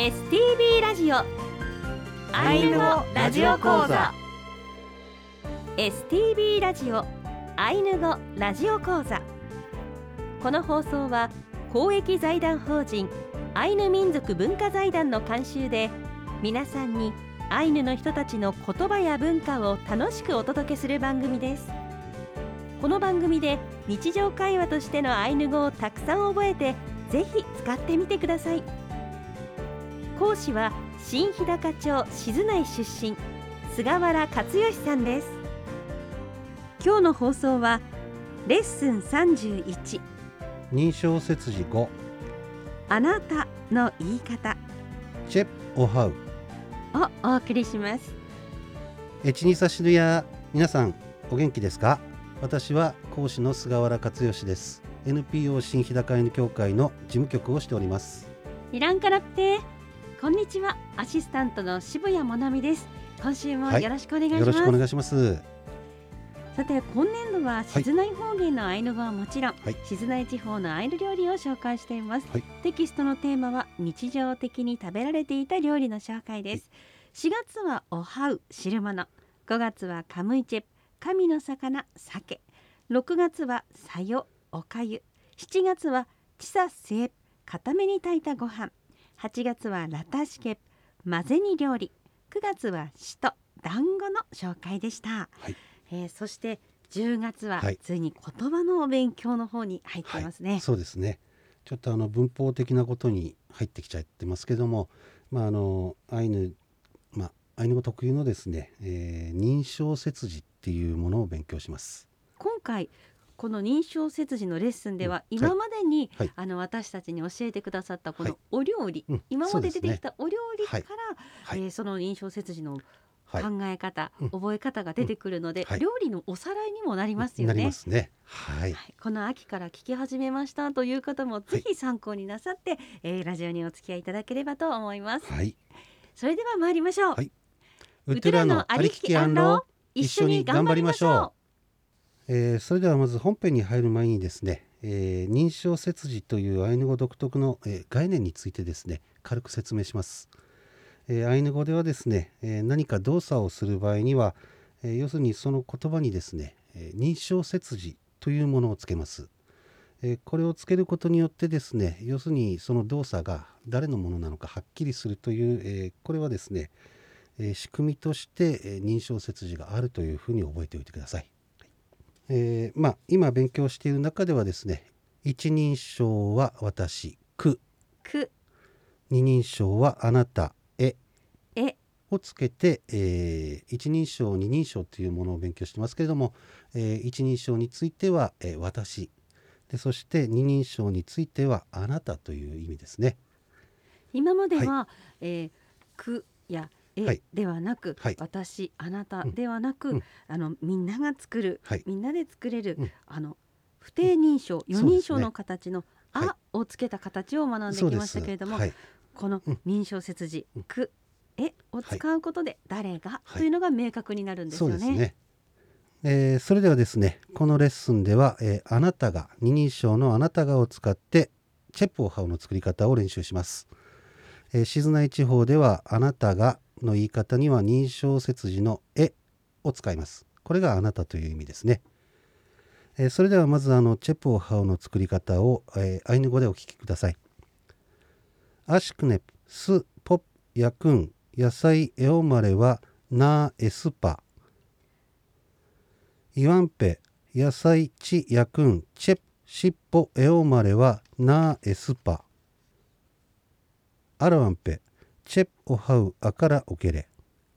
STB ラジオアイヌ語ラジオ講座 STB ラジオアイヌ語ラジオ講座。この放送は公益財団法人アイヌ民族文化財団の監修で、皆さんにアイヌの人たちの言葉や文化を楽しくお届けする番組です。この番組で日常会話としてのアイヌ語をたくさん覚えて、ぜひ使ってみてください。講師は新日高町静内出身、菅原克義さんです。今日の放送はレッスン31、 認証切字5、 あなたの言い方チェッオハウをお送りします。 チニサシヌヤ、皆さんお元気ですか？私は講師の菅原克義です。 NPO 新日高アイヌ協会の事務局をしております。 いらんからって。こんにちは、アシスタントの渋谷もなみです。今週もよろしくお願いします。 よろしくお願いします。 さて、今年度は静内方言のアイヌ語はもちろん、静内地方のアイヌ料理を紹介しています。テキストのテーマは日常的に食べられていた料理の紹介です。4月はおはう、汁物。5月はカムイチェプ、神の魚、鮭。6月はさよ、おかゆ。7月はチサセープ、固めに炊いたご飯。8月はラタシケプ、混ぜ煮料理。9月はシト、団子の紹介でした。そして10月はついに言葉のお勉強の方に入っていますね。 そうですね。ちょっと文法的なことに入ってきちゃってますけども、アイヌ語特有のですね、認証切字っていうものを勉強します。 今回この認証切字のレッスンでは、今までに、私たちに教えてくださったこのお料理、今まで出てきたお料理から、その認証切字の考え方、覚え方が出てくるので、料理のおさらいにもなりますよね。 なりますね。 この秋から聞き始めましたという方もぜひ参考になさって、ラジオにお付き合いいただければと思います。それでは参りましょう。 ウトゥラのありききアンロー、一緒に頑張りましょう。それではまず本編に入る前にですね、認証切字というアイヌ語独特の、概念についてですね、軽く説明します。アイヌ語ではですね、何か動作をする場合には、要するにその言葉にですね、認証切字というものをつけます。これをつけることによってですね、要するにその動作が誰のものなのかはっきりするという、これはですね、仕組みとして、認証切字があるというふうに覚えておいてください。今勉強している中ではですね、一人称は私、く、二人称はあなた、えをつけて、一人称二人称というものを勉強してますけれども、一人称については、私で、そして二人称についてはあなたという意味ですね。 今までは、くやではなく、私、あなたではなく、みんなが作る、みんなで作れる、不定認証、四人称の形のあをつけた形を学んできましたけれども、この認証切字、く、えを使うことで誰がというのが明確になるんですよね。 そうですね。それではですね、このレッスンでは、あなたが、二人称のあなたがを使ってチェプオハウの作り方を練習します。静内地方ではあなたがの言い方には認証切字のえを使います。これがあなたという意味ですね。それではまずチェプオハウの作り方を、アイヌ語でお聞きください。アシクネプスポプヤクン野菜エオマレはナーエスパイワンペ野菜チヤクンチェプシッポエオマレはナーエスパアラワンペチェプオハウアカラオケレ。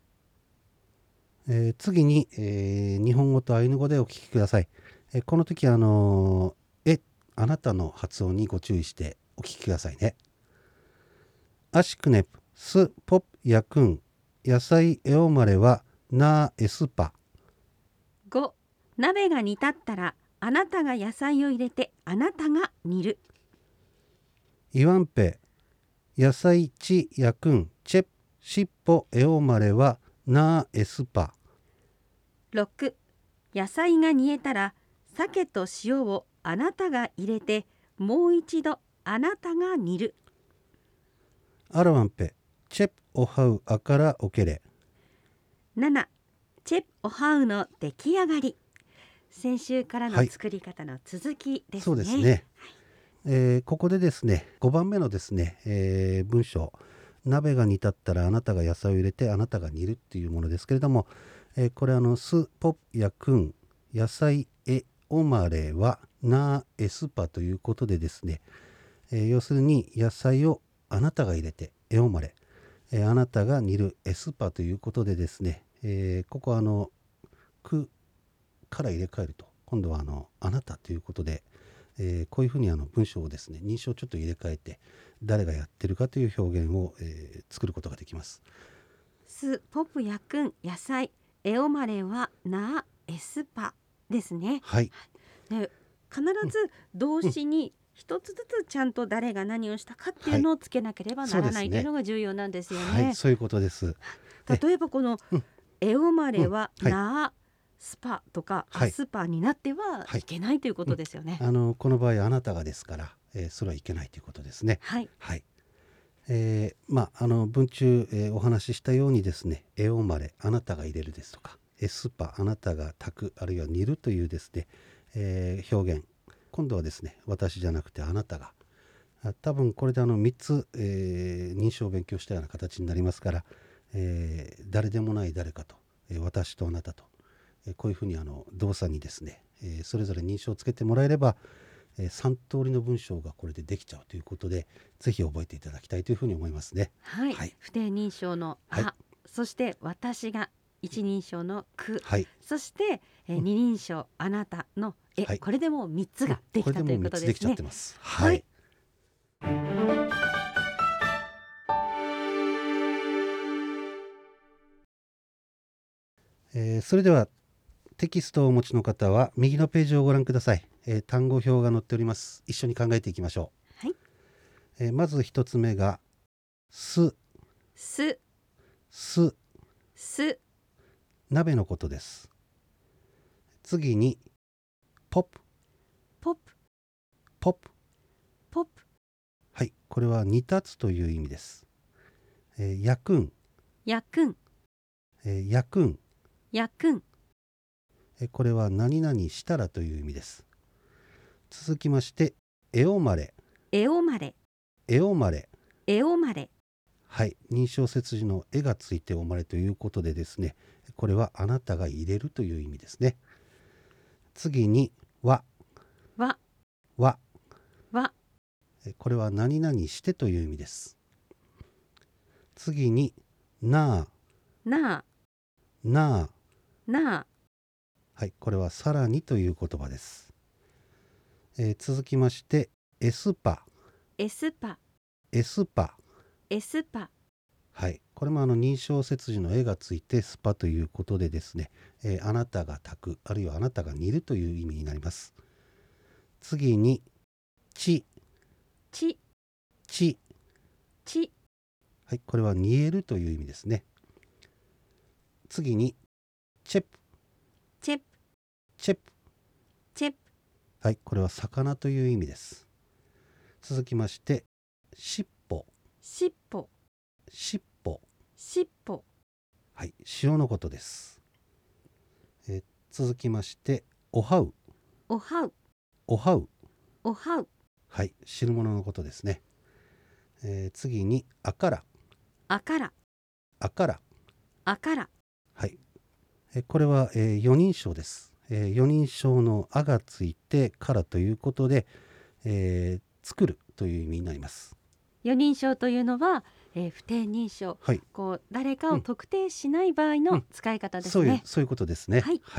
次に、日本語とアイヌ語でお聞きください。この時あなたの発音にご注意してお聞きくださいね。アシクネプスポプヤクン野菜エオマレはナーエスパ。 5、鍋が煮立ったらあなたが野菜を入れてあなたが煮る。 イワンペ野菜チヤクンチェプシッポエオマレはナーエスパ。 6、野菜が煮えたら鮭と塩をあなたが入れてもう一度あなたが煮る。 アラワンペチェプオハウアからオケレ。 7チェプオハウの出来上がり。先週からの作り方の続きですね。 そうですね、ここでですね5番目のですね、文章、鍋が煮立ったらあなたが野菜を入れてあなたが煮るっていうものですけれども、これスポッやクン野菜エオマレはナーエスパということでですね、要するに野菜をあなたが入れてエオマレ、あなたが煮るエスパということでですね、ここクから入れ替えると今度はあなたということで、こういうふうに文章をですね認証をちょっと入れ替えて誰がやってるかという表現を、作ることができます。 スポプやくん野菜エオマレはナーエスパですね。 はい。 で必ず動詞に一つずつちゃんと誰が何をしたかっていうのをつけなければならない、というのが重要なんですよね。 はい、そういうことです。 例えばこのエオマレはナースパとかアスパになってはいけないということですよね。 この場合あなたがですから、それはいけないということですね。 はい、 はい。文中、お話ししたようにですねエオマレあなたが入れるですとかエスパあなたが炊くあるいは煮るというですね、表現、今度はですね私じゃなくてあなたが、多分これで3つ、認証を勉強したような形になりますから、誰でもない誰かと、私とあなたと、こういうふうに動作にですね、それぞれ認証をつけてもらえれば、3通りの文章がこれでできちゃうということでぜひ覚えていただきたいというふうに思いますね。 はい、はい、不定認証のあ、そして私が一人称のく、そして、二人称あなたのこれでもう3つができたということですね。 できちゃってます。はい、それではテキストをお持ちの方は右のページをご覧ください。単語表が載っております。一緒に考えていきましょう。はい。 まず一つ目がす鍋のことです。次にポップ、はい、これは煮立つという意味です。焼くん、これは何々したらという意味です。続きましてエオマレ、はい、認証切字の絵がついておまれということでですね、これはあなたが入れるという意味ですね。次にわ、これは何々してという意味です。次になあ、はい、これはさらにという言葉です。続きましてエスパ、はい、これも認証切字の絵がついてスパということでですね、あなたが炊くあるいはあなたが煮るという意味になります。次にち、はい、これは煮えるという意味ですね。次にチェプ、はい、これは魚という意味です。続きましてしっぽ、はい、塩のことです。続きましておはう、はい、汁物のことですね。次にあから、はい、これは、4人称です。4人称のあがついてからということで、作るという意味になります。 4人称というのは、不定認証、 はい、 こう誰かを特定しない場合の使い方ですね。 そういうことですね。はい、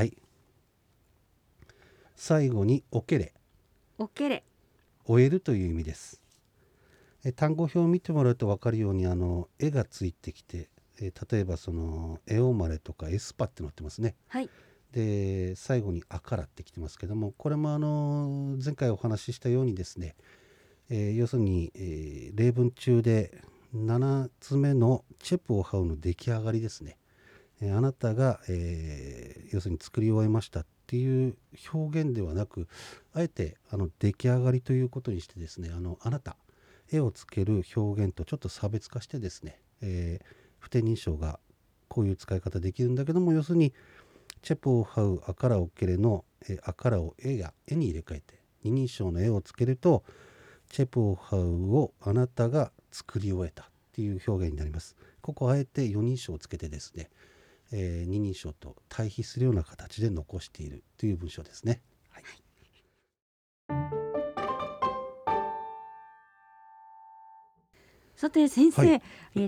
最後におけれ、終えるという意味です。単語表を見てもらうと分かるように絵がついてきて、例えばそのエオマレとかエスパって載ってますね。 はい、 で最後にアカラってきてますけども、これも前回お話ししたようにですね、要するに、例文中で7つ目のチェプオハウの出来上がりですね。あなたが、要するに作り終えましたっていう表現ではなく、あえて出来上がりということにしてですね、あなた、 絵をつける表現とちょっと差別化してですね、不定認証がこういう使い方できるんだけども、要するにチェプをハウアカラオケレのアカラを絵に入れ替えて二人称の絵をつけると、チェプをハウをあなたが作り終えたっていう表現になります。ここあえて四人称をつけてですね、二人称と対比するような形で残しているという文章ですね。はい。 さて先生、 はい、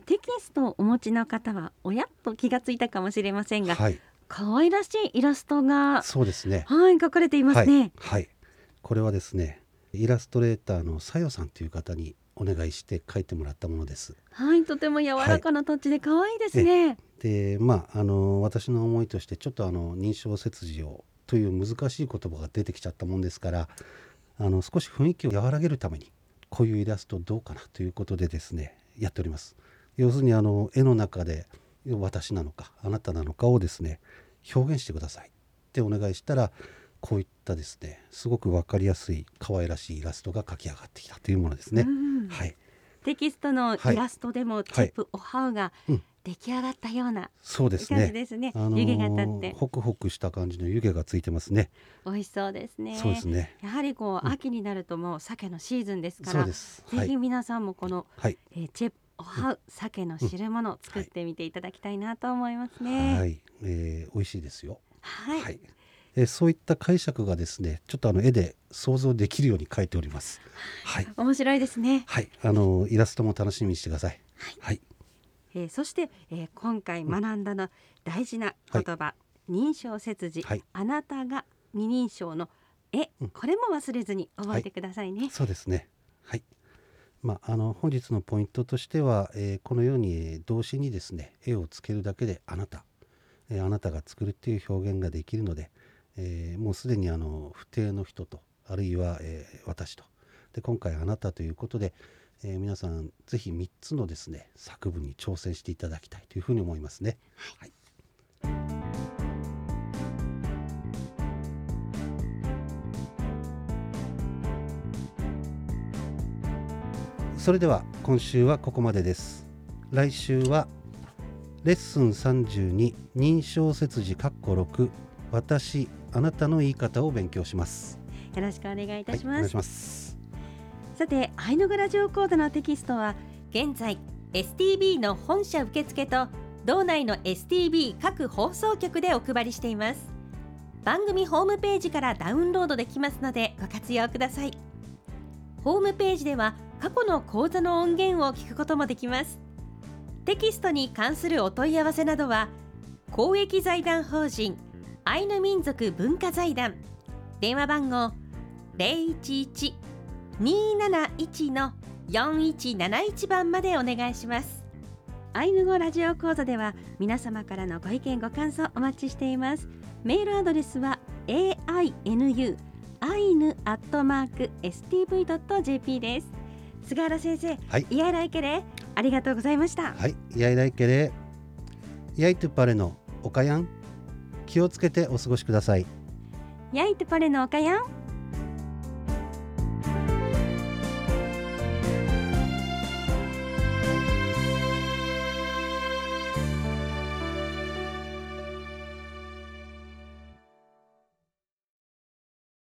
テキストをお持ちの方はおやっと気がついたかもしれませんが、 はい、 可愛らしいイラストがそうですね、 はい、書かれていますね。 はい、はい、これはですね、イラストレーターのさよさんという方にお願いして描いてもらったものです。 はい、とても柔らかなタッチで可愛いですね。 で、私の思いとしてちょっと認証切字をという難しい言葉が出てきちゃったもんですから、少し雰囲気を和らげるためにこういうイラストどうかなということでですね、やっております。要するに絵の中で私なのかあなたなのかをですね、表現してくださいってお願いしたら、こういったですね、すごく分かりやすい可愛らしいイラストが描き上がってきたというものですね。はい、 テキストのイラストでもチェプオハウが出来上がったようなそうです感じですね。湯気が立ってホクホクした感じの湯気がついてますね。 美味しそうですね。 そうですね。 やはり秋になるともう鮭のシーズンですから、 そうです、 ぜひ皆さんもこの、 はい、 チェプオハウ鮭の汁物を作ってみていただきたいなと思いますね。 はい、美味しいですよ。 はい、 はい、そういった解釈がですね、ちょっと絵で想像できるように書いております。はい、面白いですね。 はい、イラストも楽しみにしてください。はい、 そして、今回学んだの大事な言葉、認証切字、あなたが二人称の絵、これも忘れずに覚えてくださいね。 そうですね。はい。本日のポイントとしては、このように動詞にですね、絵をつけるだけであなたが作るっていう表現ができるので、もうすでに不定の人と、あるいは、私とで、今回あなたということで、皆さんぜひ3つのですね作文に挑戦していただきたいというふうに思いますね。はい、それでは今週はここまでです。来週はレッスン32認証切字6私あなたの言い方を勉強します。 よろしくお願いいたします。 お願いします。 さて、アイヌ語ラジオ講座のテキストは現在 STB の本社受付と道内の STB 各放送局でお配りしています。番組ホームページからダウンロードできますのでご活用ください。ホームページでは過去の講座の音源を聞くこともできます。テキストに関するお問い合わせなどは公益財団法人アイヌ民族文化財団電話番号 011-271-4171 番までお願いします。アイヌ語ラジオ講座では皆様からのご意見ご感想お待ちしています。メールアドレスは ainu@stv.jp です。菅原先生、イヤイライケレありがとうございました。 はい、イヤイライケレイヤイトゥパレのおかやん、気をつけてお過ごしください。 イヤイトゥパレのおかやん。